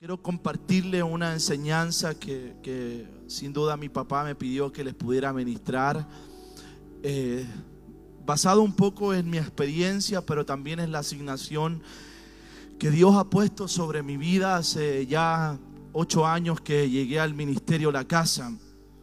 Quiero compartirle una enseñanza que sin duda mi papá me pidió que les pudiera ministrar, basado un poco en mi experiencia, pero también en la asignación que Dios ha puesto sobre mi vida hace ya 8 años que llegué al ministerio La Casa.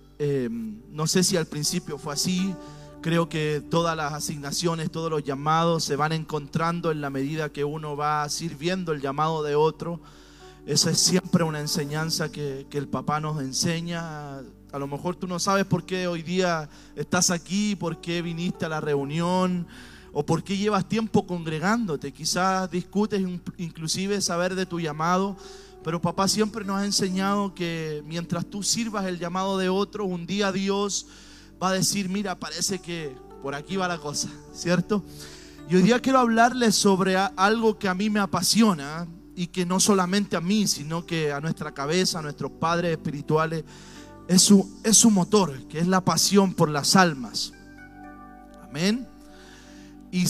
No sé si al principio fue así. Creo que todas las asignaciones, todos los llamados se van encontrando en la medida que uno va sirviendo el llamado de otro. Esa es siempre una enseñanza que el papá nos enseña. A lo mejor tú no sabes por qué hoy día estás aquí, por qué viniste a la reunión o por qué llevas tiempo congregándote. Quizás discutes inclusive saber de tu llamado, pero papá siempre nos ha enseñado que mientras tú sirvas el llamado de otro, un día Dios va a decir: mira, parece que por aquí va la cosa, ¿cierto? Y hoy día quiero hablarles sobre algo que a mí me apasiona, y que no solamente a mí, sino que a nuestra cabeza, a nuestros padres espirituales, es su motor, que es la pasión por las almas. Amén. Y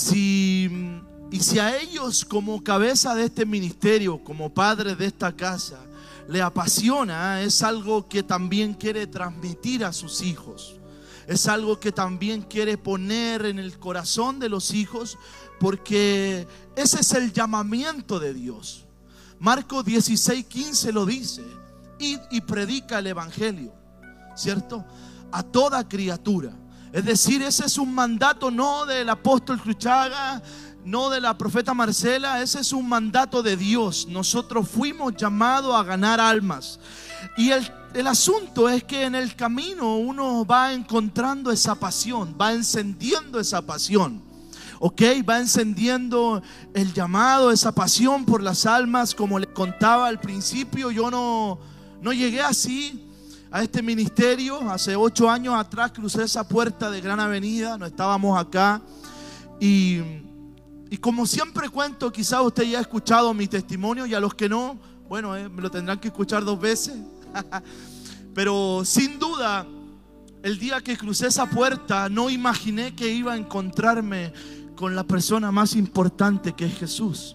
si a ellos, como cabeza de este ministerio, como padres de esta casa, le apasiona, es algo que también quiere transmitir a sus hijos. Es algo que también quiere poner en el corazón de los hijos, porque ese es el llamamiento de Dios. Marcos 16:15 lo dice: id y predica el evangelio, ¿cierto? A toda criatura. Es decir, ese es un mandato no del apóstol Cruchaga, no de la profeta Marcela. Ese es un mandato de Dios. Nosotros fuimos llamados a ganar almas. Y el asunto es que en el camino uno va encontrando esa pasión, va encendiendo esa pasión. Ok, va encendiendo el llamado, esa pasión por las almas. Como les contaba al principio, yo no llegué así a este ministerio. Hace 8 años atrás crucé esa puerta de Gran Avenida, no estábamos acá. Y como siempre cuento, quizás usted ya ha escuchado mi testimonio, y a los que no, bueno, me lo tendrán que escuchar 2 veces. Pero sin duda, el día que crucé esa puerta, no imaginé que iba a encontrarme con la persona más importante, que es Jesús.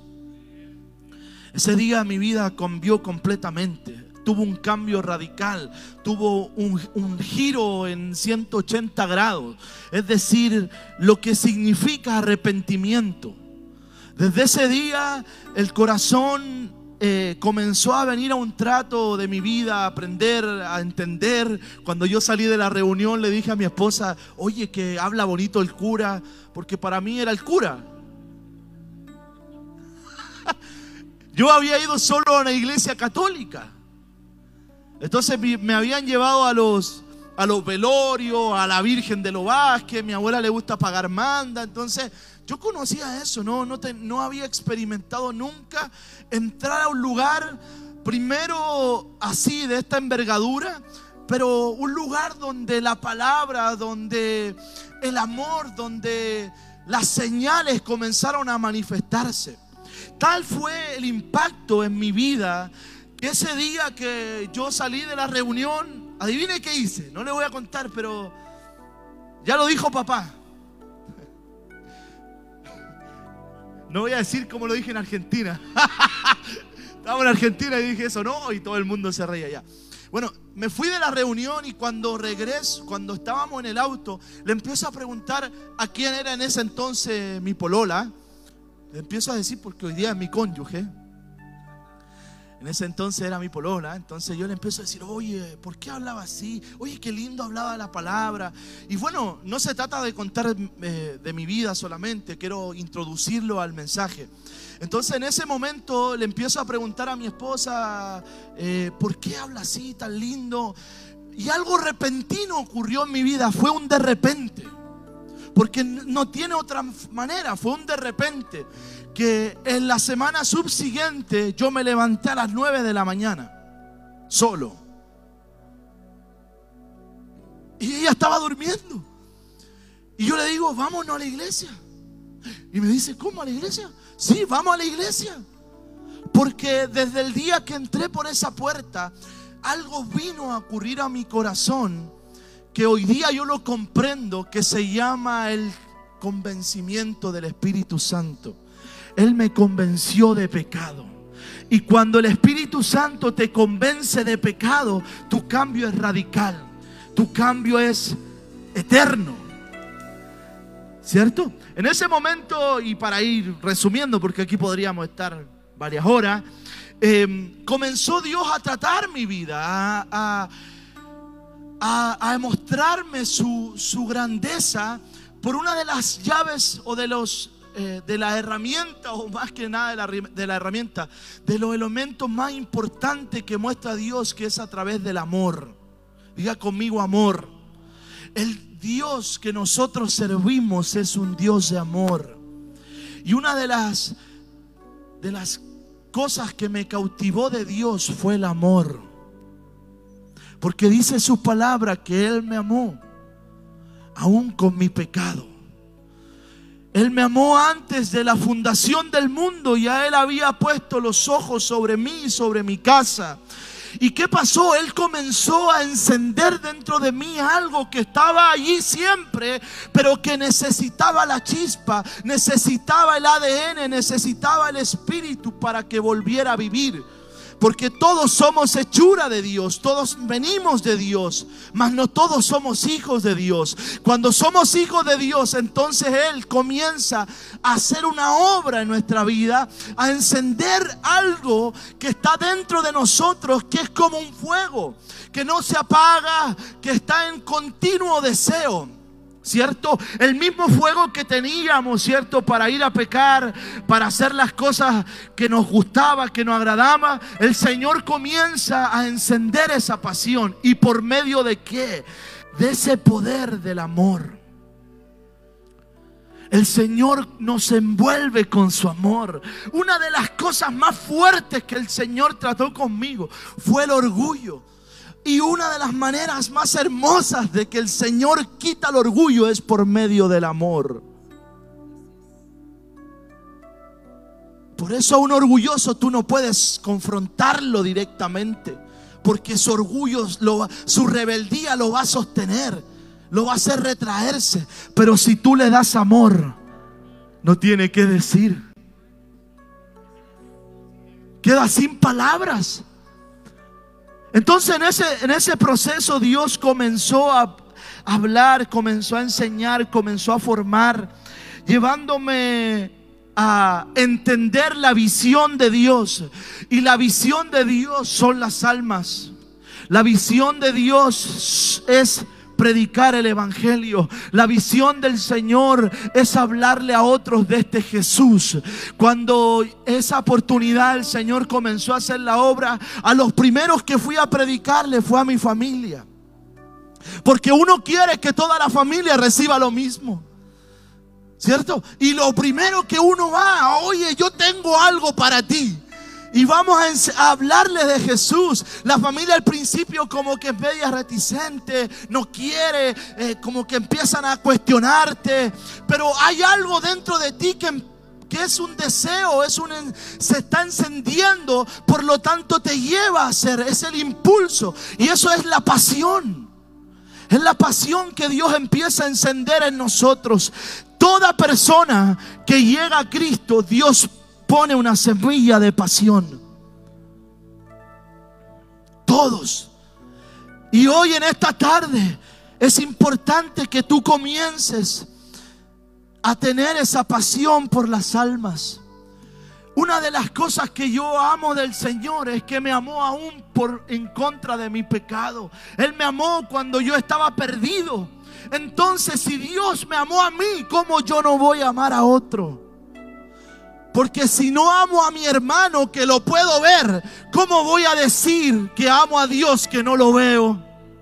Ese día mi vida cambió completamente. Tuvo un cambio radical, tuvo un giro en 180 grados. Es decir, lo que significa arrepentimiento. Desde ese día el corazón comenzó a venir a un trato de mi vida, a aprender, a entender. Cuando yo salí de la reunión le dije a mi esposa: oye, que habla bonito el cura, porque para mí era el cura. Yo había ido solo a una iglesia católica. Entonces me habían llevado a los velorios, a la Virgen de los Vázquez. A mi abuela le gusta pagar manda. Entonces yo conocía eso, no había experimentado nunca entrar a un lugar, primero así, de esta envergadura, pero un lugar donde la palabra, donde el amor, donde las señales comenzaron a manifestarse. Tal fue el impacto en mi vida, que ese día que yo salí de la reunión, adivine qué hice. No le voy a contar, pero ya lo dijo papá. No voy a decir cómo lo dije en Argentina. Estaba en Argentina y dije eso, ¿no? Y todo el mundo se reía ya. Bueno, me fui de la reunión, y cuando regreso, cuando estábamos en el auto, le empiezo a preguntar a quién era en ese entonces mi polola. Le empiezo a decir porque hoy día es mi cónyuge. En ese entonces era mi polola. Entonces yo le empiezo a decir: oye, ¿por qué hablaba así? Oye, qué lindo hablaba la palabra. Y bueno, no se trata de contar de mi vida solamente, quiero introducirlo al mensaje. Entonces en ese momento le empiezo a preguntar a mi esposa: ¿por qué habla así tan lindo? Y algo repentino ocurrió en mi vida. Fue un de repente, porque no tiene otra manera. Fue un de repente que en la semana subsiguiente yo me levanté a las 9 de la mañana solo, y ella estaba durmiendo. Y yo le digo: vámonos a la iglesia. Y me dice: ¿cómo, a la iglesia? Sí, vamos a la iglesia. Porque desde el día que entré por esa puerta, algo vino a ocurrir a mi corazón, que hoy día yo lo comprendo, que se llama el convencimiento del Espíritu Santo. Él me convenció de pecado. Y cuando el Espíritu Santo te convence de pecado, tu cambio es radical, tu cambio es eterno, ¿cierto? En ese momento, y para ir resumiendo, porque aquí podríamos estar varias horas, comenzó Dios a tratar mi vida, a mostrarme su grandeza por una de las llaves o de la herramienta, o más que nada de la herramienta, de los elementos más importantes que muestra Dios, que es a través del amor. Diga conmigo, amor. El Dios que nosotros servimos es un Dios de amor. Y una de las cosas que me cautivó de Dios fue el amor. Porque dice su palabra que Él me amó aún con mi pecado. Él me amó antes de la fundación del mundo. Ya Él había puesto los ojos sobre mí y sobre mi casa. ¿Y qué pasó? Él comenzó a encender dentro de mí algo que estaba allí siempre, pero que necesitaba la chispa, necesitaba el ADN, necesitaba el Espíritu para que volviera a vivir. Porque todos somos hechura de Dios, todos venimos de Dios, mas no todos somos hijos de Dios. Cuando somos hijos de Dios, entonces Él comienza a hacer una obra en nuestra vida, a encender algo que está dentro de nosotros, que es como un fuego, que no se apaga, que está en continuo deseo, ¿cierto? El mismo fuego que teníamos, ¿cierto? Para ir a pecar, para hacer las cosas que nos gustaba, que nos agradaba. El Señor comienza a encender esa pasión. ¿Y por medio de qué? De ese poder del amor. El Señor nos envuelve con su amor. Una de las cosas más fuertes que el Señor trató conmigo fue el orgullo. Y una de las maneras más hermosas de que el Señor quita el orgullo es por medio del amor. Por eso a un orgulloso tú no puedes confrontarlo directamente, porque su orgullo, su rebeldía lo va a sostener, lo va a hacer retraerse. Pero si tú le das amor, no tiene que decir. Queda sin palabras. Entonces en ese proceso Dios comenzó a hablar, comenzó a enseñar, comenzó a formar, llevándome a entender la visión de Dios. Y la visión de Dios son las almas. La visión de Dios es predicar el evangelio. La visión del Señor es hablarle a otros de este Jesús. Cuando esa oportunidad el Señor comenzó a hacer la obra, a los primeros que fui a predicarle fue a mi familia, porque uno quiere que toda la familia reciba lo mismo, ¿cierto? Y lo primero que uno va, oye, yo tengo algo para ti, y vamos a hablarle de Jesús. La familia al principio como que es media reticente, no quiere, como que empiezan a cuestionarte. Pero hay algo dentro de ti que es un deseo, se está encendiendo. Por lo tanto te lleva a hacer, es el impulso. Y eso es la pasión. Es la pasión que Dios empieza a encender en nosotros. Toda persona que llega a Cristo, Dios pone una semilla de pasión. Todos. Y hoy en esta tarde es importante que tú comiences a tener esa pasión por las almas. Una de las cosas que yo amo del Señor es que me amó aún en contra de mi pecado. Él me amó cuando yo estaba perdido. Entonces, si Dios me amó a mí, ¿cómo yo no voy a amar a otro? Porque si no amo a mi hermano que lo puedo ver, ¿cómo voy a decir que amo a Dios que no lo veo?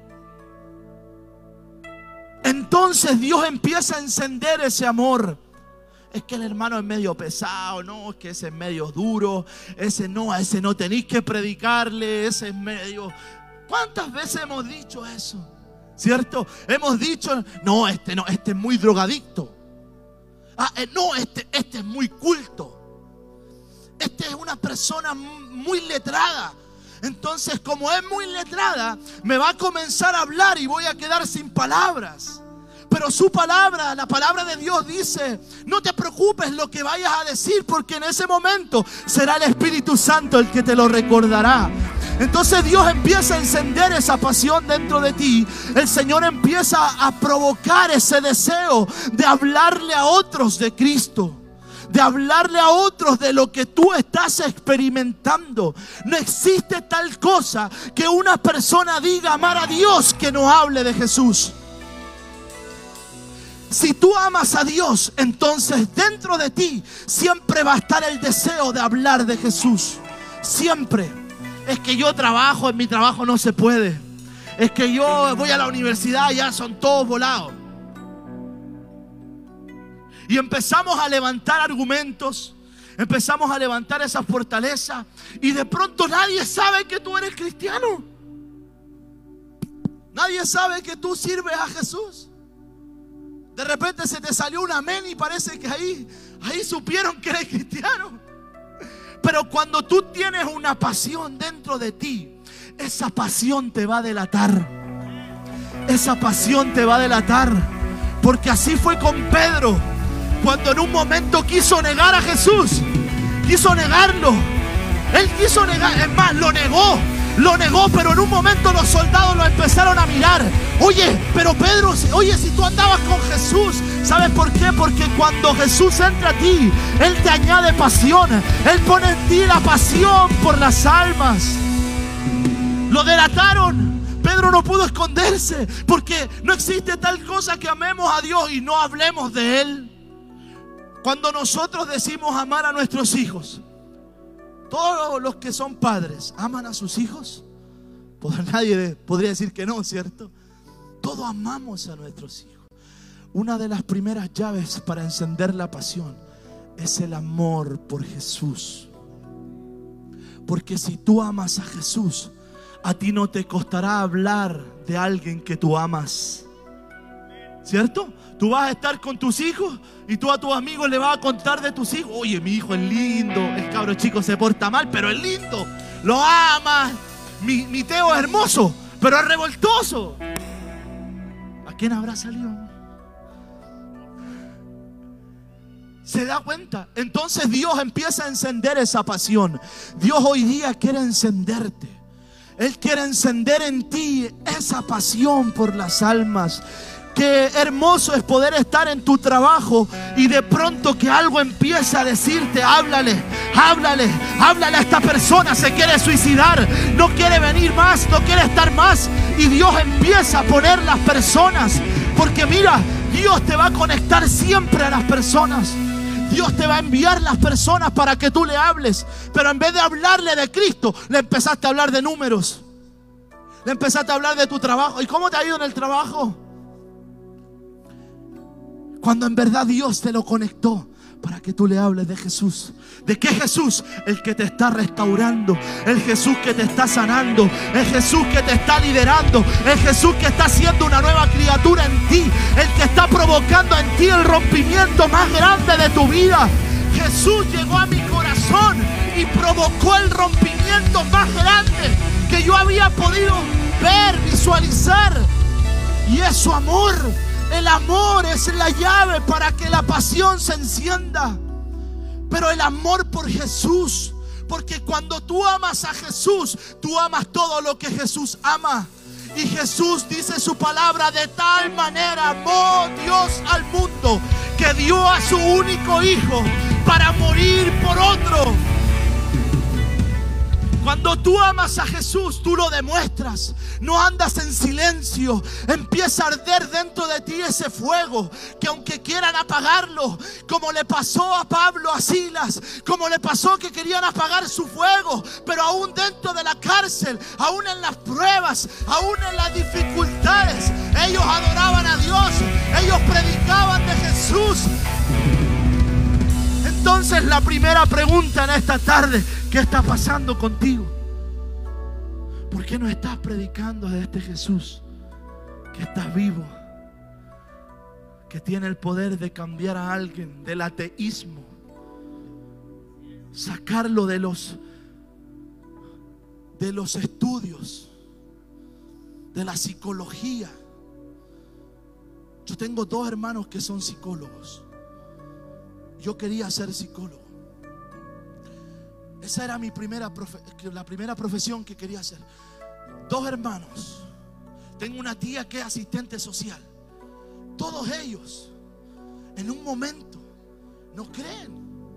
Entonces Dios empieza a encender ese amor. Es que el hermano es medio pesado, no, es que ese es medio duro, a ese no tenéis que predicarle, ese es medio... ¿Cuántas veces hemos dicho eso? ¿Cierto? Hemos dicho, no, este es muy drogadicto. No, este es muy culto. Este es una persona muy letrada. Entonces, como es muy letrada, me va a comenzar a hablar y voy a quedar sin palabras. Pero su palabra, la palabra de Dios dice: no te preocupes lo que vayas a decir, porque en ese momento será el Espíritu Santo el que te lo recordará. Entonces Dios empieza a encender esa pasión dentro de ti. El Señor empieza a provocar ese deseo de hablarle a otros de Cristo, de hablarle a otros de lo que tú estás experimentando. No existe tal cosa que una persona diga amar a Dios que no hable de Jesús. Si tú amas a Dios, entonces dentro de ti siempre va a estar el deseo de hablar de Jesús. Siempre. Es que yo trabajo, en mi trabajo no se puede. Es que yo voy a la universidad y ya son todos volados. Y empezamos a levantar argumentos, empezamos a levantar esa fortaleza, y de pronto nadie sabe que tú eres cristiano. Nadie sabe que tú sirves a Jesús. De repente se te salió un amén y parece que ahí supieron que eres cristiano. Pero cuando tú tienes una pasión dentro de ti, esa pasión te va a delatar. Esa pasión te va a delatar. Porque así fue con Pedro. Cuando en un momento quiso negar a Jesús, quiso negarlo. Él quiso negar, es más, lo negó, pero en un momento los soldados lo empezaron a mirar. Oye, pero Pedro, oye, si tú andabas con Jesús. ¿Sabes por qué? Porque cuando Jesús entra a ti, Él te añade pasión. Él pone en ti la pasión por las almas. Lo delataron. Pedro no pudo esconderse, porque no existe tal cosa que amemos a Dios y no hablemos de Él. Cuando nosotros decimos amar a nuestros hijos, todos los que son padres aman a sus hijos. Nadie podría decir que no, ¿cierto? Todos amamos a nuestros hijos. Una de las primeras llaves para encender la pasión es el amor por Jesús. Porque si tú amas a Jesús, a ti no te costará hablar de alguien que tú amas, ¿cierto? Tú vas a estar con tus hijos y tú a tus amigos le vas a contar de tus hijos. Oye, mi hijo es lindo, el cabro chico se porta mal, pero es lindo, lo amas. Mi Teo es hermoso, pero es revoltoso. ¿A quién habrá salido? ¿Se da cuenta? Entonces Dios empieza a encender esa pasión. Dios hoy día quiere encenderte. Él quiere encender en ti esa pasión por las almas. Qué hermoso es poder estar en tu trabajo y de pronto que algo empieza a decirte: háblale a esta persona, se quiere suicidar, no quiere venir más, no quiere estar más. Y Dios empieza a poner las personas, porque mira, Dios te va a conectar siempre a las personas. Dios te va a enviar las personas para que tú le hables. Pero en vez de hablarle de Cristo, le empezaste a hablar de números. Le empezaste a hablar de tu trabajo. ¿Y cómo te ha ido en el trabajo? Cuando en verdad Dios te lo conectó para que tú le hables de Jesús. ¿De qué Jesús? El que te está restaurando, el Jesús que te está sanando, el Jesús que te está liderando, el Jesús que está haciendo una nueva criatura en ti, el que está provocando en ti el rompimiento más grande de tu vida. Jesús llegó a mi corazón y provocó el rompimiento más grande que yo había podido ver, visualizar, y es su amor. El amor es la llave para que la pasión se encienda. Pero el amor por Jesús, porque cuando tú amas a Jesús, tú amas todo lo que Jesús ama. Y Jesús dice su palabra: de tal manera amó Dios al mundo, que dio a su único hijo para morir por otro. Cuando tú amas a Jesús, tú lo demuestras. No andas en silencio. Empieza a arder dentro de ti ese fuego que aunque quieran apagarlo, como le pasó a Pablo, a Silas, como le pasó que querían apagar su fuego, pero aún dentro de la cárcel, aún en las pruebas, aún en las dificultades, ellos adoraban a Dios, ellos predicaban de Jesús. Entonces la primera pregunta en esta tarde: ¿qué está pasando contigo? ¿Por qué no estás predicando de este Jesús que está vivo, que tiene el poder de cambiar a alguien del ateísmo, sacarlo de los estudios, de la psicología, Yo tengo 2 hermanos que son psicólogos. Yo quería ser psicólogo. Esa era la primera profesión que quería hacer. 2 hermanos. Tengo una tía que es asistente social. Todos ellos en un momento no creen.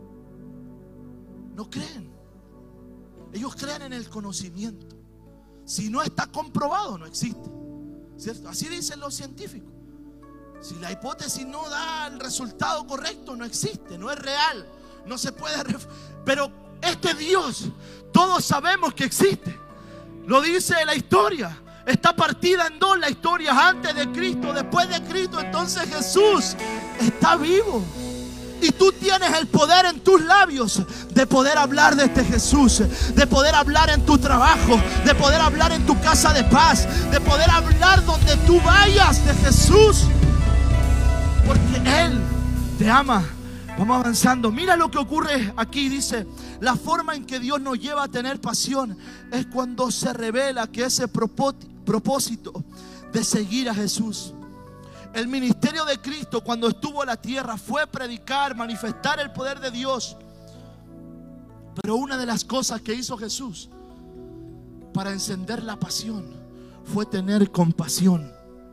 No creen. Ellos creen en el conocimiento. Si no está comprobado, no existe, ¿cierto? Así dicen los científicos. Si la hipótesis no da el resultado correcto, no existe, no es real, no se puede. Pero este Dios, todos sabemos que existe. Lo dice la historia. Está partida en 2 la historia, antes de Cristo, después de Cristo. Entonces Jesús está vivo. Y tú tienes el poder en tus labios de poder hablar de este Jesús, de poder hablar en tu trabajo, de poder hablar en tu casa de paz, de poder hablar donde tú vayas de Jesús, porque Él te ama. Vamos avanzando. Mira lo que ocurre aquí. Dice: la forma en que Dios nos lleva a tener pasión es cuando se revela que ese propósito de seguir a Jesús. El ministerio de Cristo cuando estuvo en la tierra fue predicar, manifestar el poder de Dios. Pero una de las cosas que hizo Jesús para encender la pasión fue tener compasión.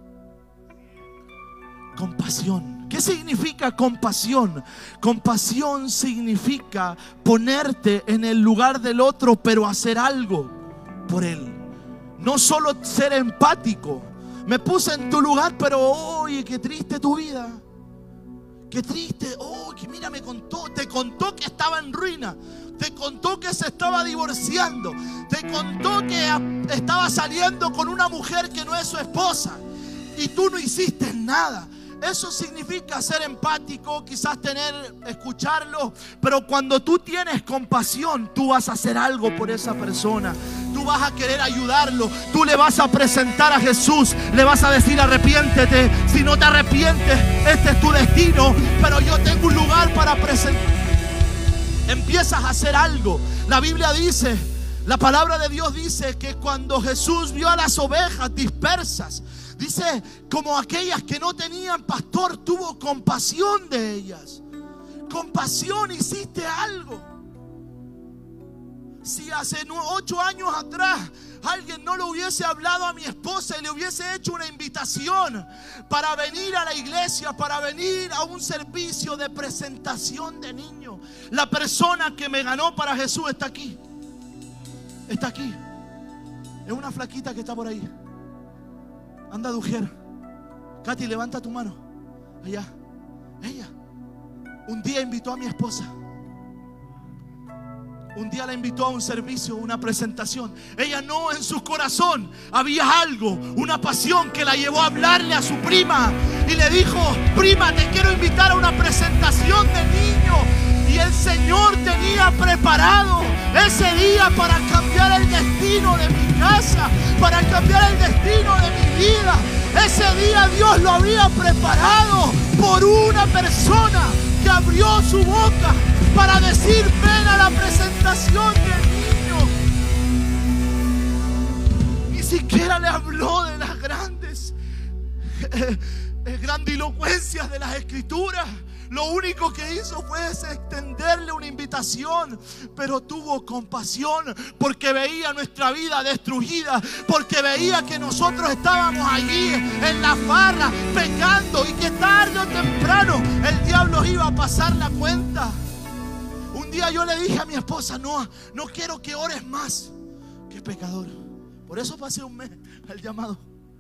Compasión. ¿Qué significa compasión? Compasión significa ponerte en el lugar del otro, pero hacer algo por él. No solo ser empático. Me puse en tu lugar, pero oye, qué triste tu vida. Qué triste. Oh, que mira, te contó que estaba en ruina. Te contó que se estaba divorciando. Te contó que estaba saliendo con una mujer que no es su esposa. Y tú no hiciste nada. Eso significa ser empático, quizás escucharlo. Pero cuando tú tienes compasión, tú vas a hacer algo por esa persona. Tú vas a querer ayudarlo. Tú le vas a presentar a Jesús. Le vas a decir: arrepiéntete. Si no te arrepientes, este es tu destino. Pero yo tengo un lugar para presentar. Empiezas a hacer algo. La Biblia dice, la palabra de Dios dice que cuando Jesús vio a las ovejas dispersas, dice, como aquellas que no tenían pastor, tuvo compasión de ellas. Compasión, hiciste algo. Si hace 8 años atrás alguien no le hubiese hablado a mi esposa y le hubiese hecho una invitación para venir a la iglesia, para venir a un servicio de presentación de niños, la persona que me ganó para Jesús está aquí. Está aquí. Es una flaquita que está por ahí. Anda de ujier. Katy, levanta tu mano. Allá. Ella un día invitó a mi esposa. Un día la invitó a un servicio, una presentación. Ella no, en su corazón había algo, una pasión que la llevó a hablarle a su prima. Y le dijo: prima, te quiero invitar a una presentación de niño. Y el Señor tenía preparado ese día para cambiar el destino de mi casa, para cambiar el destino de mi vida. Ese día Dios lo había preparado por una persona que abrió su boca para decir: ven a la presentación del niño. Ni siquiera le habló de las grandes grandilocuencias de las escrituras. Lo único que hizo fue extenderle una invitación, pero tuvo compasión porque veía nuestra vida destruida, porque veía que nosotros estábamos allí en la farra pecando y que tarde o temprano el diablo iba a pasar la cuenta. Un día yo le dije a mi esposa: no quiero que ores más. Qué pecador. Por eso pasé un mes al llamado.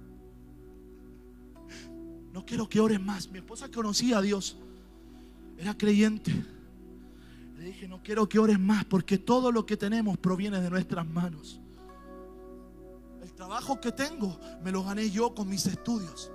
No quiero que ores más. Mi esposa conocía a Dios, era creyente. Le dije: no quiero que ores más, porque todo lo que tenemos proviene de nuestras manos. El trabajo que tengo me lo gané yo con mis estudios.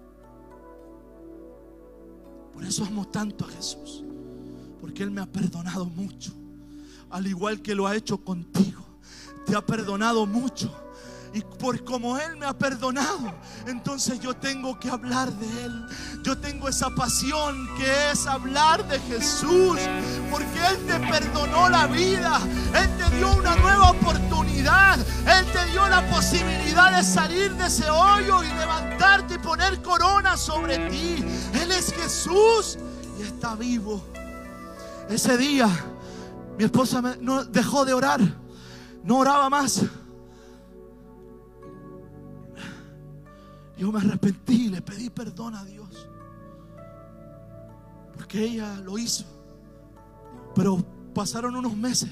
Por eso amo tanto a Jesús, porque Él me ha perdonado mucho, al igual que lo ha hecho contigo. Te ha perdonado mucho. Y por como Él me ha perdonado, entonces yo tengo que hablar de Él. Yo tengo esa pasión que es hablar de Jesús, porque Él te perdonó la vida. Él te dio una nueva oportunidad. Él te dio la posibilidad de salir de ese hoyo y levantarte y poner corona sobre ti. Él es Jesús y está vivo. Ese día mi esposa no dejó de orar. No oraba más. Yo me arrepentí y le pedí perdón a Dios, porque ella lo hizo. Pero pasaron unos meses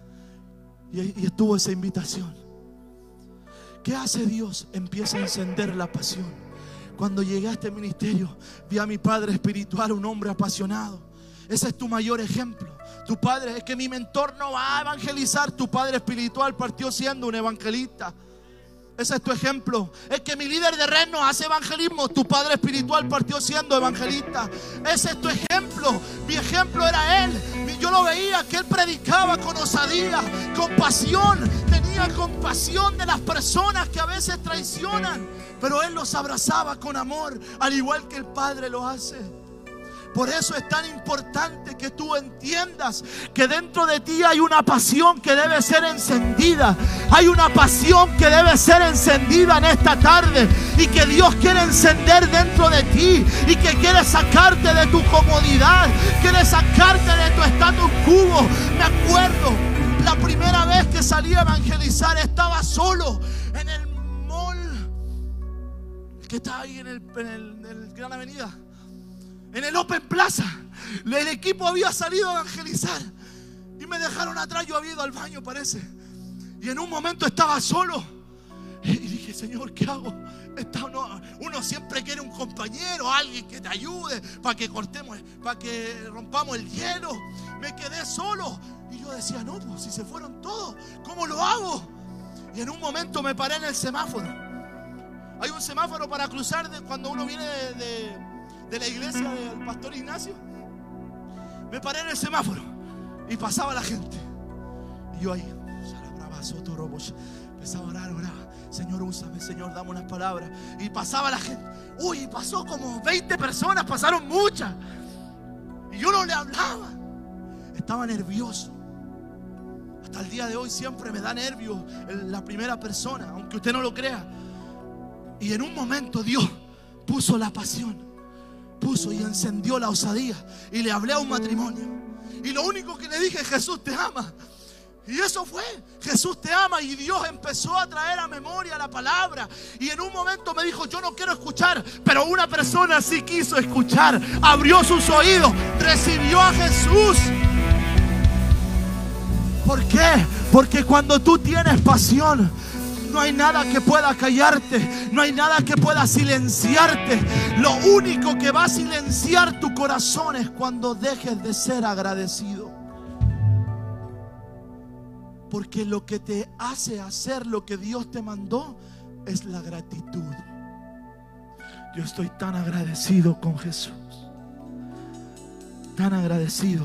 y estuvo esa invitación. ¿Qué hace Dios? Empieza a encender la pasión. Cuando llegué a este ministerio, vi a mi padre espiritual, un hombre apasionado. Ese es tu mayor ejemplo. Tu padre, es que mi mentor no va a evangelizar. Tu padre espiritual partió siendo un evangelista. Ese es tu ejemplo. Es que mi líder de red no hace evangelismo. Tu padre espiritual partió siendo evangelista. Ese es tu ejemplo. Mi ejemplo era él. Yo lo veía que él predicaba con osadía, con pasión. Tenía compasión de las personas que a veces traicionan, pero él los abrazaba con amor, al igual que el Padre lo hace. Por eso es tan importante que tú entiendas que dentro de ti hay una pasión que debe ser encendida. Hay una pasión que debe ser encendida en esta tarde, y que Dios quiere encender dentro de ti, y que quiere sacarte de tu comodidad, quiere sacarte de tu status quo. Me acuerdo la primera vez que salí a evangelizar, estaba solo en el mall que está ahí en el Gran Avenida, en el Open Plaza. El equipo había salido a evangelizar y me dejaron atrás. Yo había ido al baño, parece, y en un momento estaba solo y dije: Señor, ¿qué hago? Uno siempre quiere un compañero, alguien que te ayude para que cortemos, para que rompamos el hielo. Me quedé solo y yo decía: no, pues si se fueron todos, ¿cómo lo hago? Y en un momento me paré en el semáforo. Hay un semáforo para cruzar cuando uno viene de la iglesia del pastor Ignacio. Me paré en el semáforo y pasaba la gente, y yo ahí empezaba a orar, oraba: Señor, úsame, Señor, dame unas palabras. Y pasaba la gente. Uy, pasó como 20 personas, pasaron muchas, y yo no le hablaba. Estaba nervioso. Hasta el día de hoy siempre me da nervios la primera persona, aunque usted no lo crea. Y en un momento Dios puso la pasión, puso y encendió la osadía, y le hablé a un matrimonio, y lo único que le dije: Jesús te ama. Y eso fue: Jesús te ama. Y Dios empezó a traer a memoria la palabra. Y en un momento me dijo: yo no quiero escuchar, pero una persona sí quiso escuchar, abrió sus oídos, recibió a Jesús. ¿Por qué? Porque cuando tú tienes pasión, no hay nada que pueda callarte, no hay nada que pueda silenciarte. Lo único que va a silenciar tu corazón es cuando dejes de ser agradecido. Porque lo que te hace hacer lo que Dios te mandó es la gratitud. Yo estoy tan agradecido con Jesús, tan agradecido.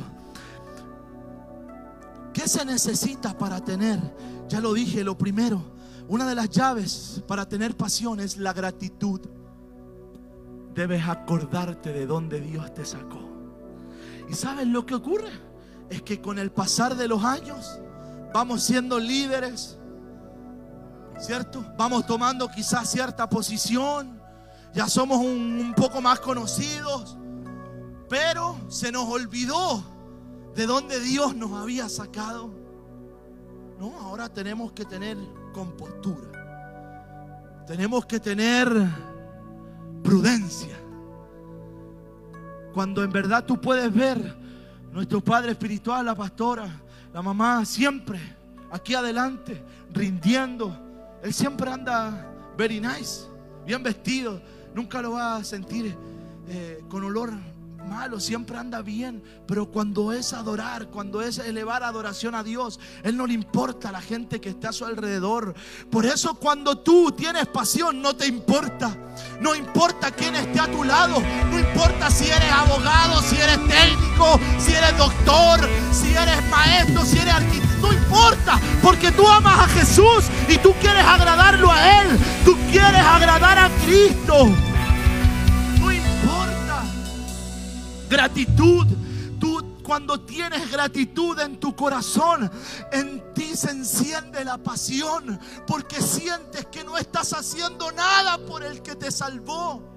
¿Qué se necesita para tener? Ya lo dije, lo primero, una de las llaves para tener pasión es la gratitud. Debes acordarte de dónde Dios te sacó. ¿Y sabes lo que ocurre? Es que con el pasar de los años vamos siendo líderes, ¿cierto? Vamos tomando quizás cierta posición, ya somos un poco más conocidos, pero se nos olvidó de dónde Dios nos había sacado. No, ahora tenemos que tener compostura, tenemos que tener prudencia. Cuando en verdad tú puedes ver nuestro padre espiritual, la pastora, la mamá, siempre aquí adelante, rindiendo. Él siempre anda very nice, bien vestido. Nunca lo va a sentir con olor malo, siempre anda bien. Pero cuando es adorar, cuando es elevar adoración a Dios, Él no le importa a la gente que está a su alrededor. Por eso cuando tú tienes pasión, no te importa. No importa quién esté a tu lado. No importa si eres abogado, si eres técnico, si eres doctor, si eres maestro, si eres arquitecto. no importa, porque tú amas a Jesús y tú quieres agradarlo a Él. Tú quieres agradar a Cristo. No importa. Gratitud. Tú, cuando tienes gratitud en tu corazón, en ti se enciende la pasión, porque sientes que no estás haciendo nada por el que te salvó.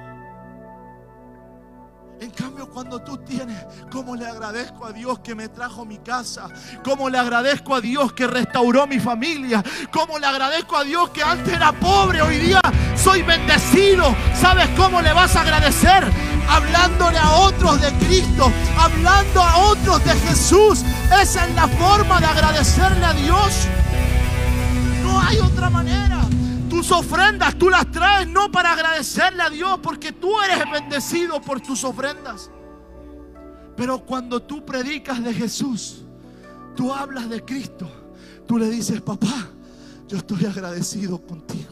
En cambio, cuando tú tienes, ¿cómo le agradezco a Dios que me trajo a mi casa? ¿Cómo le agradezco a Dios que restauró mi familia? ¿Cómo le agradezco a Dios que antes era pobre, hoy día soy bendecido? ¿Sabes cómo le vas a agradecer? Hablándole a otros de Cristo, hablando a otros de Jesús. Esa es la forma de agradecerle a Dios. No hay otra manera. Tus ofrendas tú las traes no para agradecerle a Dios, porque tú eres bendecido por tus ofrendas. Pero cuando tú predicas de Jesús, tú hablas de Cristo, tú le dices: papá, yo estoy agradecido contigo.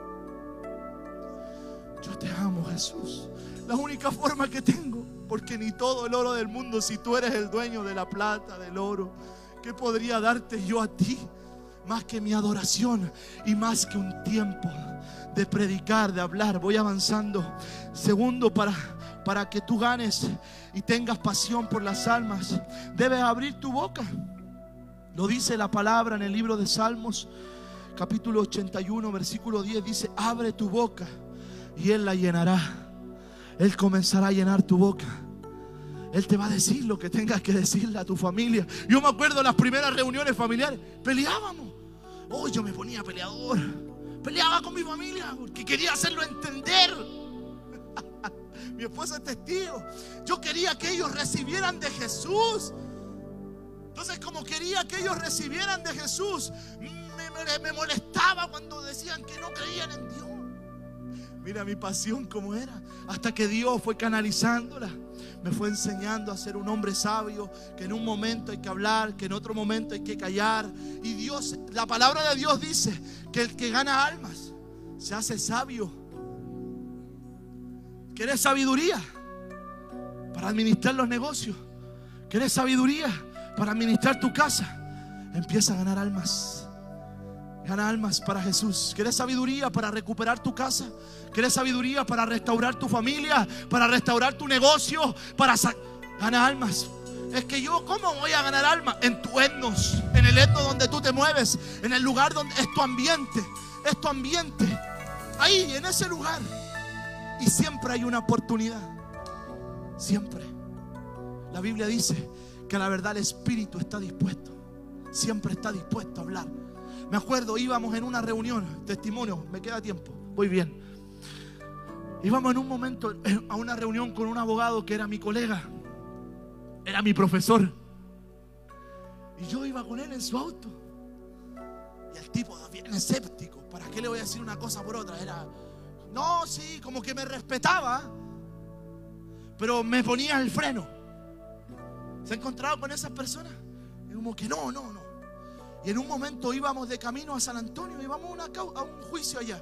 Yo te amo, Jesús. La única forma que tengo, porque ni todo el oro del mundo, si tú eres el dueño de la plata, del oro, ¿qué podría darte yo a ti? Más que mi adoración y más que un tiempo de predicar, de hablar. Voy avanzando. Segundo, para que tú ganes y tengas pasión por las almas, debes abrir tu boca. Lo dice la palabra en el libro de Salmos, capítulo 81, versículo 10. Dice: abre tu boca y Él la llenará. Él comenzará a llenar tu boca. Él te va a decir lo que tengas que decirle a tu familia. Yo me acuerdo de las primeras reuniones familiares. Peleábamos. Oh, yo me ponía peleador. Peleaba con mi familia porque quería hacerlo entender. Mi esposa es testigo. Yo quería que ellos recibieran de Jesús. Entonces, como quería que ellos recibieran de Jesús, me molestaba cuando decían que no creían en Dios. Mira mi pasión como era. Hasta que Dios fue canalizándola. Me fue enseñando a ser un hombre sabio, que en un momento hay que hablar, que en otro momento hay que callar. Y Dios, la palabra de Dios dice que el que gana almas se hace sabio. ¿Quieres sabiduría para administrar los negocios? ¿Quieres sabiduría para administrar tu casa? Empieza a ganar almas. Gana almas para Jesús. ¿Quieres sabiduría para recuperar tu casa? ¿Quieres sabiduría para restaurar tu familia? ¿Para restaurar tu negocio? Gana almas. Es que yo, ¿cómo voy a ganar almas? En tu etnos, en el etno donde tú te mueves, en el lugar donde es tu ambiente. Es tu ambiente. Ahí, en ese lugar. Y siempre hay una oportunidad. Siempre. La Biblia dice que la verdad el Espíritu está dispuesto. Siempre está dispuesto a hablar. Me acuerdo, íbamos en una reunión, testimonio, me queda tiempo, voy bien. Íbamos en un momento a una reunión con un abogado que era mi colega, era mi profesor. Y yo iba con él en su auto. Y el tipo bien escéptico, ¿para qué le voy a decir una cosa por otra? Era, no, sí, como que me respetaba, pero me ponía el freno. ¿Se ha encontrado con esas personas? Y como que no. Y en un momento íbamos de camino a San Antonio, íbamos a un juicio allá.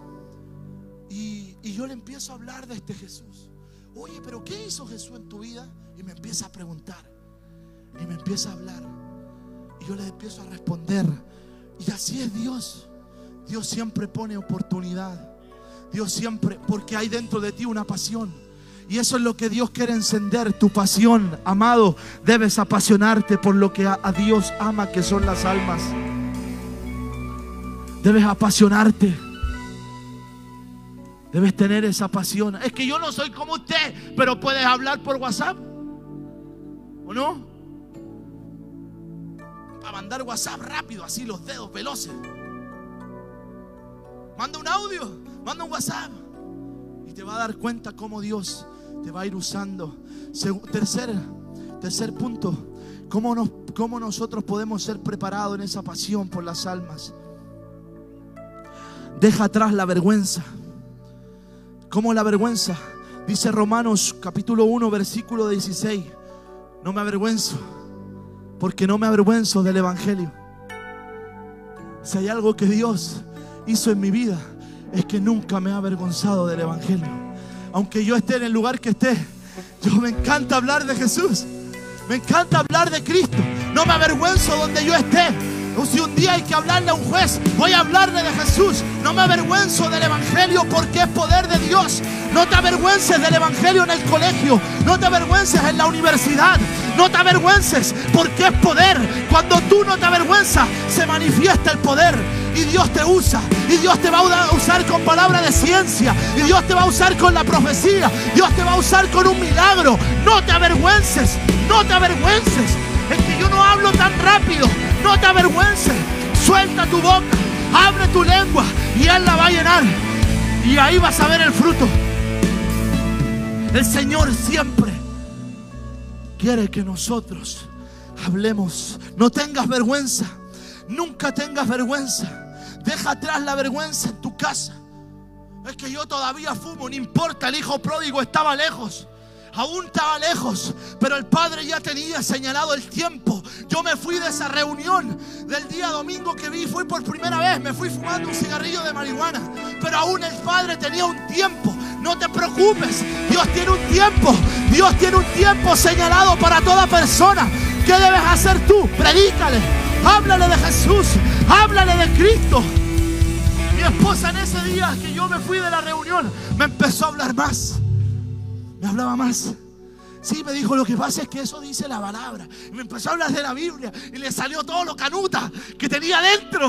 Y yo le empiezo a hablar de este Jesús. Oye, pero ¿qué hizo Jesús en tu vida? Y me empieza a preguntar. Y me empieza a hablar. Y yo le empiezo a responder. Y así es Dios. Dios siempre pone oportunidad. Dios siempre, porque hay dentro de ti una pasión. Y eso es lo que Dios quiere encender, tu pasión. Amado, debes apasionarte por lo que a Dios ama, que son las almas. Debes apasionarte. Debes tener esa pasión. Es que yo no soy como usted, pero puedes hablar por WhatsApp, ¿o no? Para mandar WhatsApp rápido, así los dedos veloces. Manda un audio, manda un WhatsApp. Y te va a dar cuenta cómo Dios te va a ir usando. Tercer punto, cómo nosotros podemos ser preparados en esa pasión por las almas. Deja atrás la vergüenza. ¿Cómo la vergüenza? Dice Romanos capítulo 1 versículo 16: no me avergüenzo, porque no me avergüenzo del evangelio. Si hay algo que Dios hizo en mi vida, es que nunca me he avergonzado del evangelio. Aunque yo esté en el lugar que esté, yo me encanta hablar de Jesús. Me encanta hablar de Cristo. No me avergüenzo donde yo esté. O si un día hay que hablarle a un juez, voy a hablarle de Jesús. No me avergüenzo del evangelio porque es poder de Dios. No te avergüences del evangelio en el colegio. No te avergüences en la universidad. No te avergüences porque es poder. Cuando tú no te avergüenzas, se manifiesta el poder. Y Dios te usa. Y Dios te va a usar con palabra de ciencia. Y Dios te va a usar con la profecía. Dios te va a usar con un milagro. No te avergüences. No te avergüences. Es que yo no hablo tan rápido. No te avergüences. Suelta tu boca. Abre tu lengua. Y Él la va a llenar. Y ahí vas a ver el fruto. El Señor siempre quiere que nosotros hablemos. No tengas vergüenza. Nunca tengas vergüenza. Deja atrás la vergüenza en tu casa. Es que yo todavía fumo. No importa, el hijo pródigo estaba lejos. Aún estaba lejos, pero el Padre ya tenía señalado el tiempo. Yo me fui de esa reunión del día domingo que vi. Fui por primera vez, me fui fumando un cigarrillo de marihuana. Pero aún el Padre tenía un tiempo. No te preocupes, Dios tiene un tiempo. Dios tiene un tiempo señalado para toda persona. ¿Qué debes hacer tú? Predícale, háblale de Jesús, háblale de Cristo. Mi esposa en ese día que yo me fui de la reunión me empezó a hablar más. Me hablaba más. Sí, me dijo, lo que pasa es que eso dice la palabra. Y me empezó a hablar de la Biblia. Y le salió todo lo canuta que tenía dentro.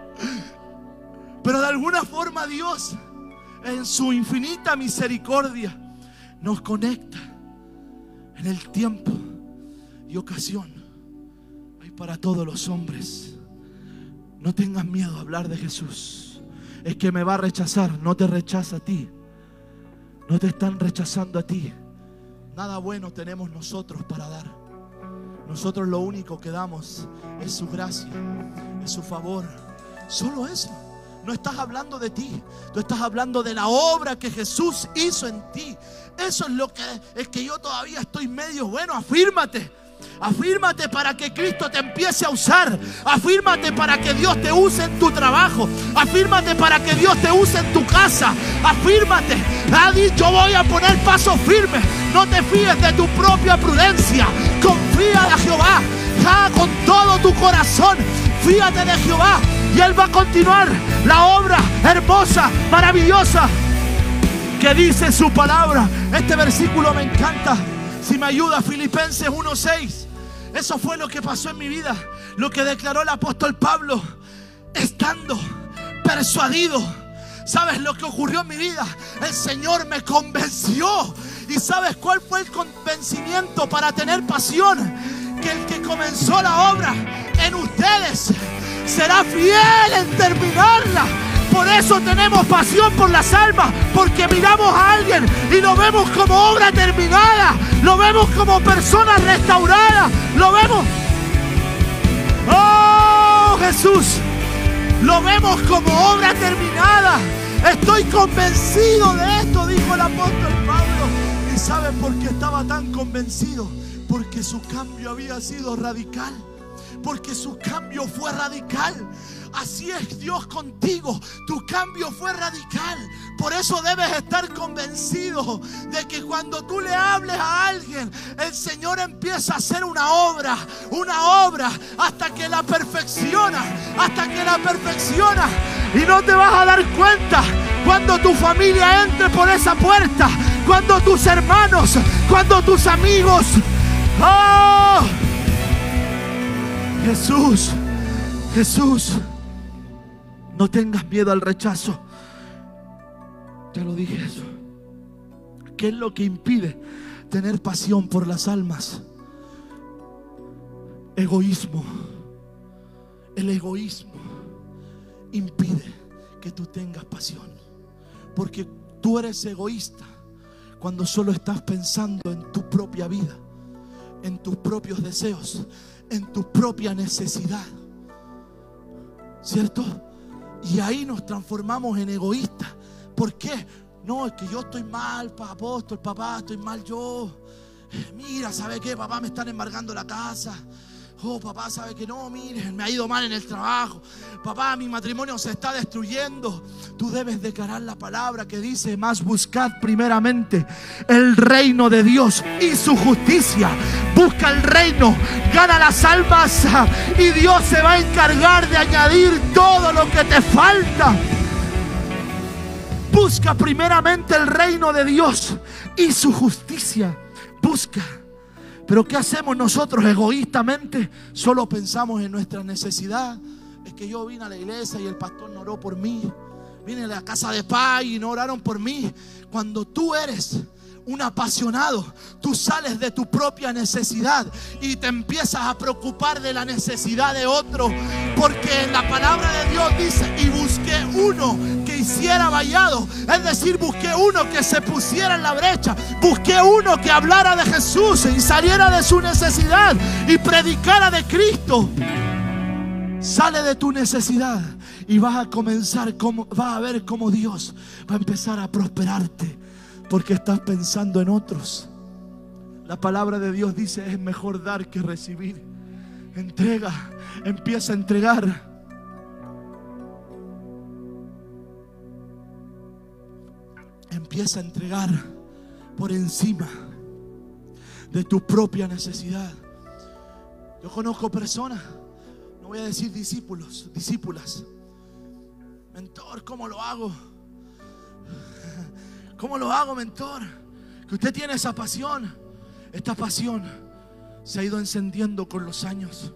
Pero de alguna forma Dios, en su infinita misericordia, nos conecta en el tiempo y ocasión. Hay para todos los hombres. No tengas miedo a hablar de Jesús. Es que me va a rechazar. No te rechaza a ti. No te están rechazando a ti. Nada bueno tenemos nosotros para dar. Nosotros lo único que damos es su gracia, es su favor. Solo eso. No estás hablando de ti. Tú estás hablando de la obra que Jesús hizo en ti. Eso es lo que es que yo todavía estoy medio bueno. Afírmate. Afírmate para que Cristo te empiece a usar. Afírmate para que Dios te use en tu trabajo. Afírmate para que Dios te use en tu casa. Afírmate. Ha dicho, voy a poner pasos firmes. No te fíes de tu propia prudencia. Confía en Jehová. Con todo tu corazón. Fíate de Jehová. Y Él va a continuar la obra hermosa, maravillosa que dice su palabra. Este versículo me encanta. Si me ayuda, Filipenses 1:6. Eso fue lo que pasó en mi vida. Lo que declaró el apóstol Pablo. Estando persuadido. ¿Sabes lo que ocurrió en mi vida? El Señor me convenció. ¿Y sabes cuál fue el convencimiento para tener pasión? Que el que comenzó la obra en ustedes será fiel en terminarla. Por eso tenemos pasión por las almas, porque miramos a alguien y lo vemos como obra terminada, lo vemos como persona restaurada, lo vemos, oh Jesús, lo vemos como obra terminada. Estoy convencido de esto, dijo el apóstol Pablo. ¿Y saben por qué estaba tan convencido? Porque su cambio había sido radical. Porque su cambio fue radical. Así es Dios contigo. Tu cambio fue radical. Por eso debes estar convencido de que cuando tú le hables a alguien, el Señor empieza a hacer una obra hasta que la perfecciona, y no te vas a dar cuenta cuando tu familia entre por esa puerta, cuando tus hermanos, cuando tus amigos. ¡Oh! Jesús, no tengas miedo al rechazo. Te lo dije eso. ¿Qué es lo que impide tener pasión por las almas? Egoísmo. El egoísmo impide que tú tengas pasión. Porque tú eres egoísta cuando solo estás pensando en tu propia vida, en tus propios deseos, en tu propia necesidad, ¿cierto? Y ahí nos transformamos en egoístas. ¿Por qué? No, es que yo estoy mal, apóstol, papá, estoy mal yo. Mira, ¿sabe qué? Papá, me están embargando la casa. Oh, papá, sabe que no, mire, me ha ido mal en el trabajo. Papá, mi matrimonio se está destruyendo. Tú debes declarar la palabra que dice: más buscad primeramente el reino de Dios y su justicia. Busca el reino, gana las almas y Dios se va a encargar de añadir todo lo que te falta. Busca primeramente el reino de Dios y su justicia. Busca. Pero ¿qué hacemos nosotros egoístamente? Solo pensamos en nuestra necesidad. Es que yo vine a la iglesia y el pastor no oró por mí. Vine a la casa de paz y no oraron por mí. Cuando tú eres un apasionado, tú sales de tu propia necesidad y te empiezas a preocupar de la necesidad de otro. Porque la palabra de Dios dice: y busqué uno que hiciera vallado. Es decir, busqué uno que se pusiera en la brecha. Busqué uno que hablara de Jesús y saliera de su necesidad y predicara de Cristo. Sale de tu necesidad y vas a ver cómo Dios va a empezar a prosperarte. Porque estás pensando en otros. La palabra de Dios dice: es mejor dar que recibir. Entrega, empieza a entregar. Empieza a entregar por encima de tu propia necesidad. Yo conozco personas, no voy a decir discípulos, discípulas. Mentor, ¿cómo lo hago? ¿Cómo lo hago, mentor? Que usted tiene esa pasión. Esta pasión se ha ido encendiendo con los años,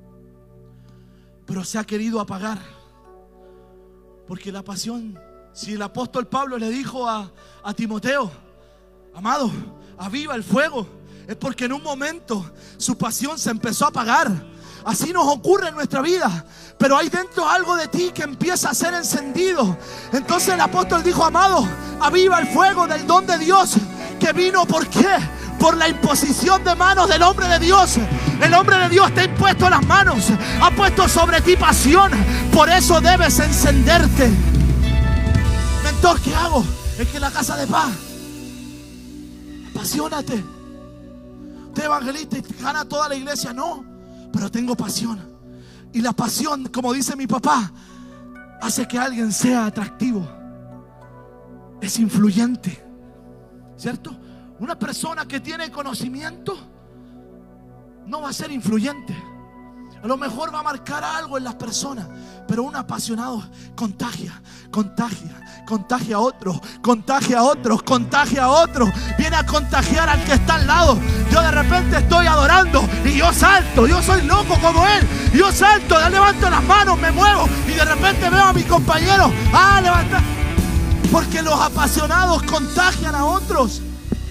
pero se ha querido apagar. Porque la pasión, si el apóstol Pablo le dijo a Timoteo: amado, aviva el fuego, es porque en un momento su pasión se empezó a apagar. Así nos ocurre en nuestra vida. Pero hay dentro algo de ti que empieza a ser encendido. Entonces el apóstol dijo: amado, aviva el fuego del don de Dios que vino. ¿Por qué? Por la imposición de manos del hombre de Dios. El hombre de Dios te ha impuesto las manos, ha puesto sobre ti pasión. Por eso debes encenderte. Mentor, ¿qué hago? Es que en la casa de paz, apasionate. Usted evangelista y gana toda la iglesia. No, pero tengo pasión. Y la pasión, como dice mi papá, hace que alguien sea atractivo. Es influyente, ¿cierto? Una persona que tiene conocimiento no va a ser influyente. A lo mejor va a marcar algo en las personas, pero un apasionado contagia, contagia, contagia a otros, contagia a otros, contagia a otros. Viene a contagiar al que está al lado. Yo de repente estoy adorando y yo salto, yo soy loco como él. Yo salto, levanto las manos, me muevo y de repente veo a mi compañero levantar. Porque los apasionados contagian a otros.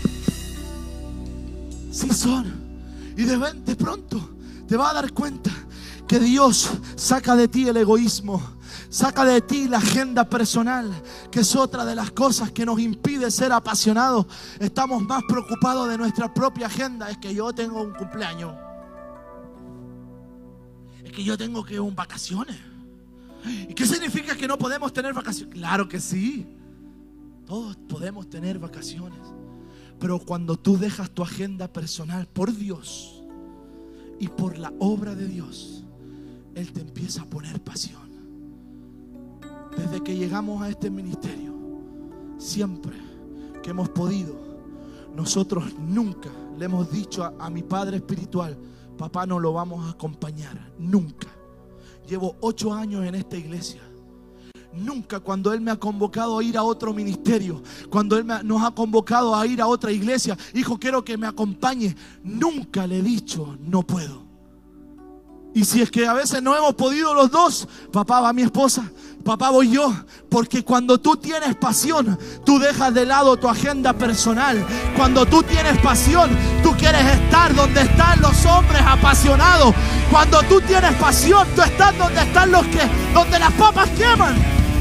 Sí son. Y de pronto te vas a dar cuenta que Dios saca de ti el egoísmo, saca de ti la agenda personal, que es otra de las cosas que nos impide ser apasionados. Estamos más preocupados de nuestra propia agenda. Es que yo tengo un cumpleaños, es que yo tengo que ir a vacaciones. ¿Y qué significa que no podemos tener vacaciones? Claro que sí, todos podemos tener vacaciones. Pero cuando tú dejas tu agenda personal por Dios y por la obra de Dios, Él te empieza a poner pasión. Desde que llegamos a este ministerio, siempre que hemos podido, nosotros nunca le hemos dicho a mi padre espiritual: papá, no lo vamos a acompañar. Nunca. Llevo 8 años en esta iglesia. Nunca, cuando Él me ha convocado a ir a otro ministerio, cuando Él nos ha convocado a ir a otra iglesia: hijo, quiero que me acompañe, nunca le he dicho no puedo. Y si es que a veces no hemos podido los dos, papá va mi esposa, papá voy yo. Porque cuando tú tienes pasión, tú dejas de lado tu agenda personal. Cuando tú tienes pasión, tú quieres estar donde están los hombres apasionados. Cuando tú tienes pasión, tú estás donde están donde las papas queman.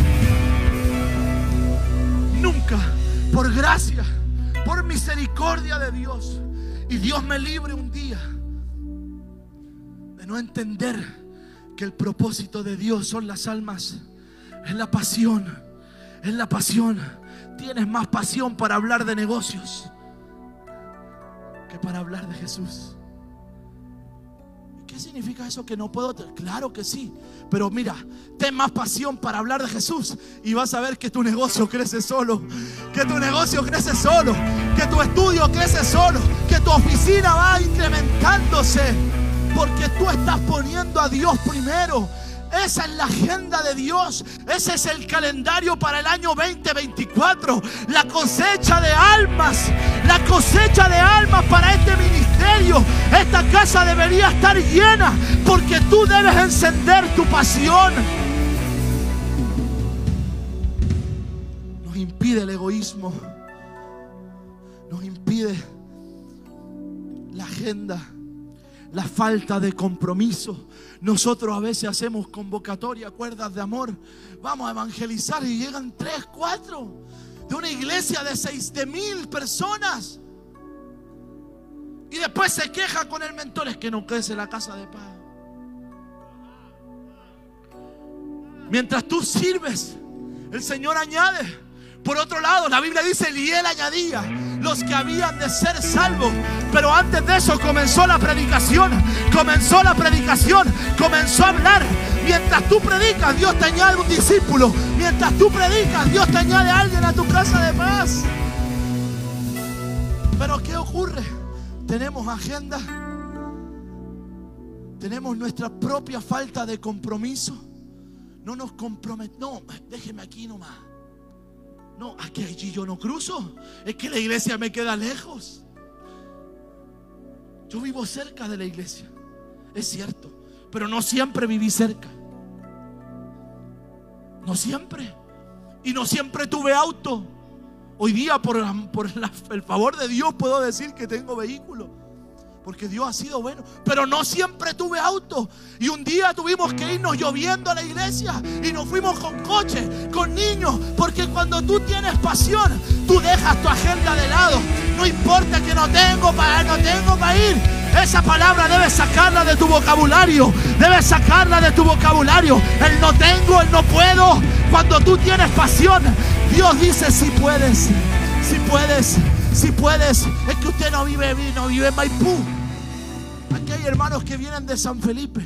Nunca, por gracia, por misericordia de Dios, y Dios me libre un día de no entender que el propósito de Dios son las almas. Es la pasión, es la pasión. Tienes más pasión para hablar de negocios que para hablar de Jesús. ¿Y qué ¿qué significa eso? Que no puedo. Claro que sí, pero mira, ten más pasión para hablar de Jesús y vas a ver que tu negocio crece solo, que tu negocio crece solo, que tu estudio crece solo, que tu oficina va incrementándose, porque tú estás poniendo a Dios primero. Esa es la agenda de Dios. Ese es el calendario para el año 2024. La cosecha de almas. La cosecha de almas para este ministerio. Esta casa debería estar llena, porque tú debes encender tu pasión. Nos impide el egoísmo. Nos impide la agenda. La falta de compromiso. Nosotros a veces hacemos convocatoria, cuerdas de amor. Vamos a evangelizar y llegan 3, 4 de una iglesia de 6,000 personas. Y después se queja con el mentor, es que no crece la casa de paz. Mientras tú sirves, el Señor añade. Por otro lado, la Biblia dice, y Él añadía los que habían de ser salvos. Pero antes de eso comenzó la predicación. Comenzó la predicación. Comenzó a hablar. Mientras tú predicas, Dios te añade un discípulo. Mientras tú predicas, Dios te añade a alguien a tu casa de paz. Pero ¿qué ocurre? Tenemos agenda. Tenemos nuestra propia falta de compromiso. No nos comprometemos. No, déjeme aquí nomás. No, aquí allí yo no cruzo. Es que la iglesia me queda lejos. Yo vivo cerca de la iglesia, es cierto, pero no siempre viví cerca. No siempre. Y no siempre tuve auto. Hoy día por el favor de Dios puedo decir que tengo vehículo, porque Dios ha sido bueno. Pero no siempre tuve auto. Y un día tuvimos que irnos lloviendo a la iglesia, y nos fuimos con coche, con niños. Porque cuando tú tienes pasión, tú dejas tu agenda de lado. No importa que no tengo para ir. Esa palabra debes sacarla de tu vocabulario. Debes sacarla de tu vocabulario. El no tengo, el no puedo. Cuando tú tienes pasión, Dios dice si puedes, si puedes, si puedes. Es que usted no vive en Maipú. Aquí hay hermanos que vienen de San Felipe.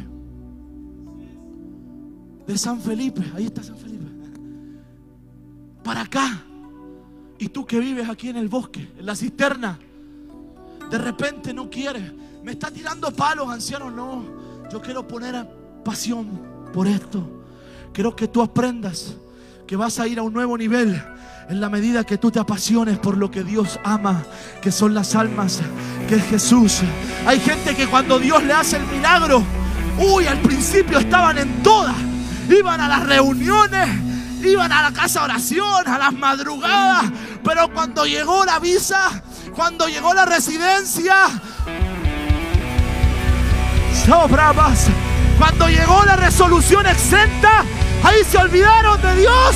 De San Felipe, ahí está San Felipe. Para acá. Y tú que vives aquí en el bosque, en la cisterna, de repente no quieres. Me está tirando palos, anciano. No, yo quiero poner pasión por esto. Quiero que tú aprendas que vas a ir a un nuevo nivel en la medida que tú te apasiones por lo que Dios ama, que son las almas, que es Jesús. Hay gente que cuando Dios le hace el milagro, al principio estaban en todas. Iban a las reuniones, iban a la casa de oración, a las madrugadas. Pero cuando llegó la visa, cuando llegó la residencia, cuando llegó la resolución exenta, ahí se olvidaron de Dios.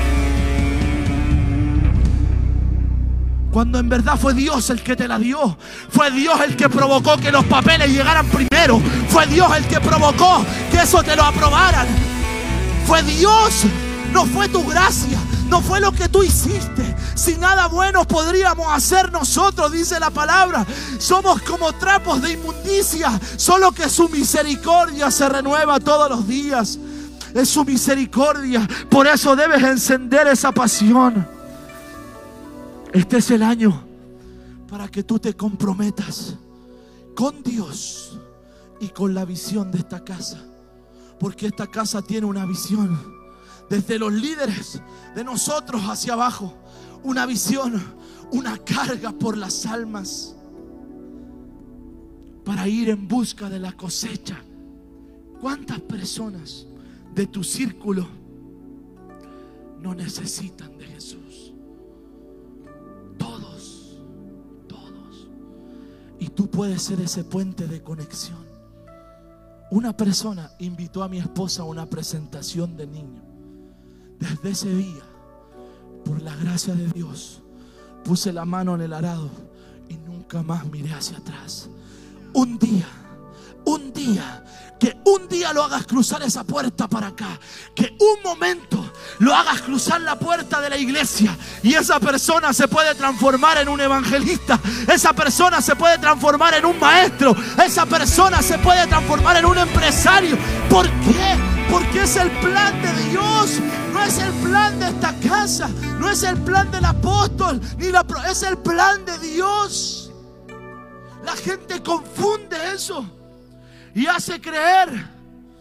Cuando en verdad fue Dios el que te la dio. Fue Dios el que provocó que los papeles llegaran primero. Fue Dios el que provocó que eso te lo aprobaran. Fue Dios, no fue tu gracia, no fue lo que tú hiciste. Si nada bueno podríamos hacer nosotros, dice la palabra. Somos como trapos de inmundicia, solo que su misericordia se renueva todos los días. Es su misericordia. Por eso debes encender esa pasión. Este es el año para que tú te comprometas con Dios y con la visión de esta casa. Porque esta casa tiene una visión. Desde los líderes de nosotros hacia abajo. Una visión, una carga por las almas. Para ir en busca de la cosecha. ¿Cuántas personas de tu círculo no necesitan de Jesús? Todos, todos. Y tú puedes ser ese puente de conexión. Una persona invitó a mi esposa a una presentación de niño. Desde ese día, por la gracia de Dios, puse la mano en el arado y nunca más miré hacia atrás. Un un día, que un día lo hagas cruzar esa puerta para acá, que un momento lo hagas cruzar la puerta de la iglesia y esa persona se puede transformar en un evangelista, esa persona se puede transformar en un maestro, esa persona se puede transformar en un empresario. ¿Por qué? Porque es el plan de Dios. No es el plan de esta casa, no es el plan del apóstol, es el plan de Dios. La gente confunde eso y hace creer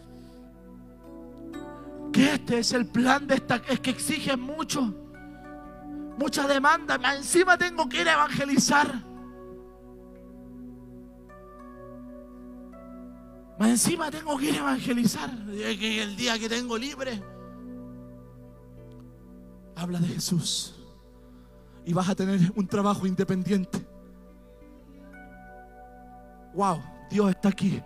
que este es el plan de esta, es que exigen mucho, mucha demanda. Encima tengo que ir a evangelizar. Más encima tengo que ir a evangelizar el día que tengo libre. Habla de Jesús y vas a tener un trabajo independiente. Wow, Dios está aquí.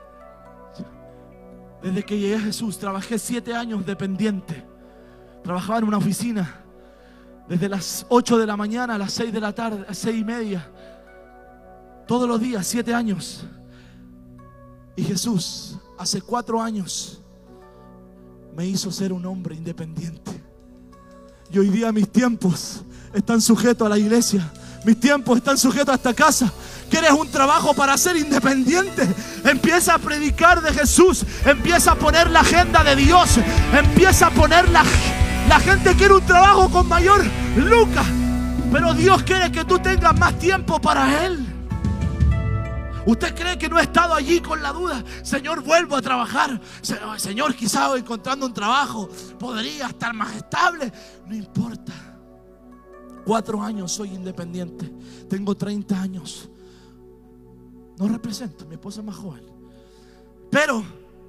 Desde que llegué a Jesús trabajé 7 años dependiente. Trabajaba en una oficina desde las 8 de la mañana a las 6 de la tarde, a 6:30. Todos los días, 7 años. Y Jesús hace 4 años me hizo ser un hombre independiente. Y hoy día mis tiempos están sujetos a la iglesia. Mis tiempos están sujetos a esta casa. ¿Quieres un trabajo para ser independiente? Empieza a predicar de Jesús. Empieza a poner la agenda de Dios. Empieza a poner la gente quiere un trabajo con mayor lucro, pero Dios quiere que tú tengas más tiempo para Él. ¿Usted cree que no he estado allí con la duda? Señor, vuelvo a trabajar. Señor, quizás encontrando un trabajo podría estar más estable. No importa. 4 años soy independiente. Tengo 30 años. No represento, mi esposa es más joven. Pero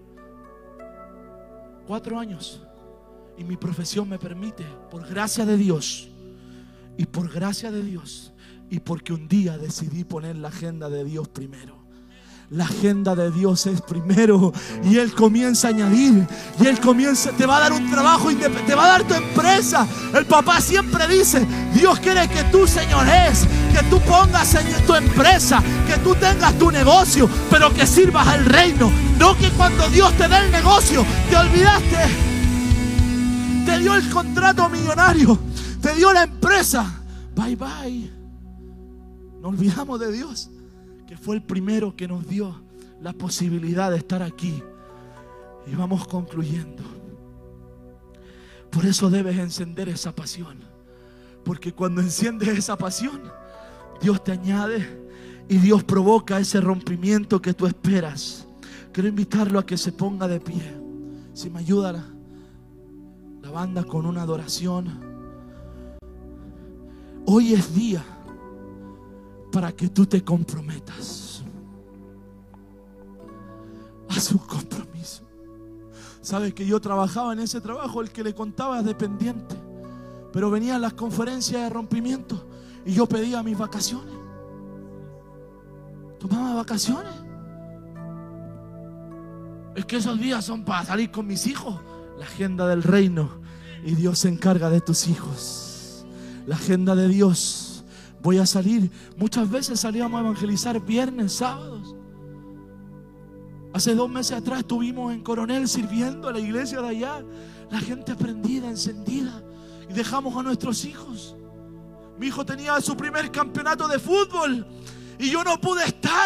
4 años. Y mi profesión me permite, por gracia de Dios. Y por gracia de Dios. Y porque un día decidí poner la agenda de Dios primero. La agenda de Dios es primero. Y Él comienza a añadir. Y Él comienza, te va a dar un trabajo, te va a dar tu empresa. El papá siempre dice, Dios quiere que tú señores, que tú pongas en tu empresa, que tú tengas tu negocio, pero que sirvas al reino. No que cuando Dios te dé el negocio, te olvidaste. Te dio el contrato millonario, te dio la empresa. Bye bye. No olvidamos de Dios, que fue el primero que nos dio la posibilidad de estar aquí. Y vamos concluyendo. Por eso debes encender esa pasión, porque cuando enciendes esa pasión, Dios te añade y Dios provoca ese rompimiento que tú esperas. Quiero invitarlo a que se ponga de pie. Si me ayuda la banda con una adoración. Hoy es día para que tú te comprometas. Haz un compromiso. Sabes que yo trabajaba en ese trabajo, el que le contaba dependiente, pero venían las conferencias de rompimiento y yo pedía mis vacaciones. Tomaba vacaciones. Es que esos días son para salir con mis hijos. La agenda del reino, y Dios se encarga de tus hijos. La agenda de Dios. Voy a salir. Muchas veces salíamos a evangelizar viernes, sábados. Hace 2 meses atrás estuvimos en Coronel sirviendo a la iglesia de allá. La gente prendida, encendida. Y dejamos a nuestros hijos. Mi hijo tenía su primer campeonato de fútbol y yo no pude estar.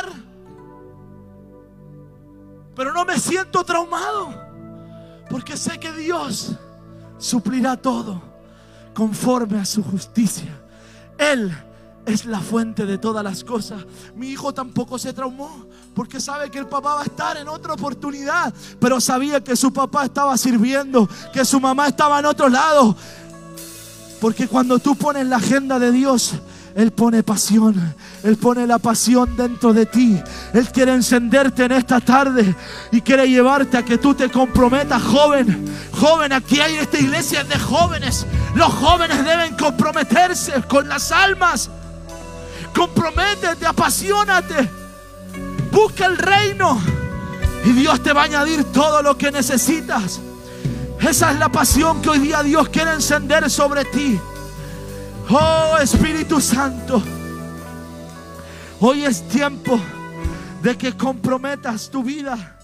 Pero no me siento traumado, porque sé que Dios suplirá todo conforme a su justicia. Él es la fuente de todas las cosas. Mi hijo tampoco se traumó, porque sabe que el papá va a estar en otra oportunidad, pero sabía que su papá estaba sirviendo, que su mamá estaba en otro lado. Porque cuando tú pones la agenda de Dios, Él pone pasión. Él pone la pasión dentro de ti. Él quiere encenderte en esta tarde y quiere llevarte a que tú te comprometas, joven. Joven, aquí hay esta iglesia de jóvenes. Los jóvenes deben comprometerse con las almas. Comprométete, apasionate. Busca el reino y Dios te va a añadir todo lo que necesitas. Esa es la pasión que hoy día Dios quiere encender sobre ti. Oh Espíritu Santo, hoy es tiempo de que comprometas tu vida.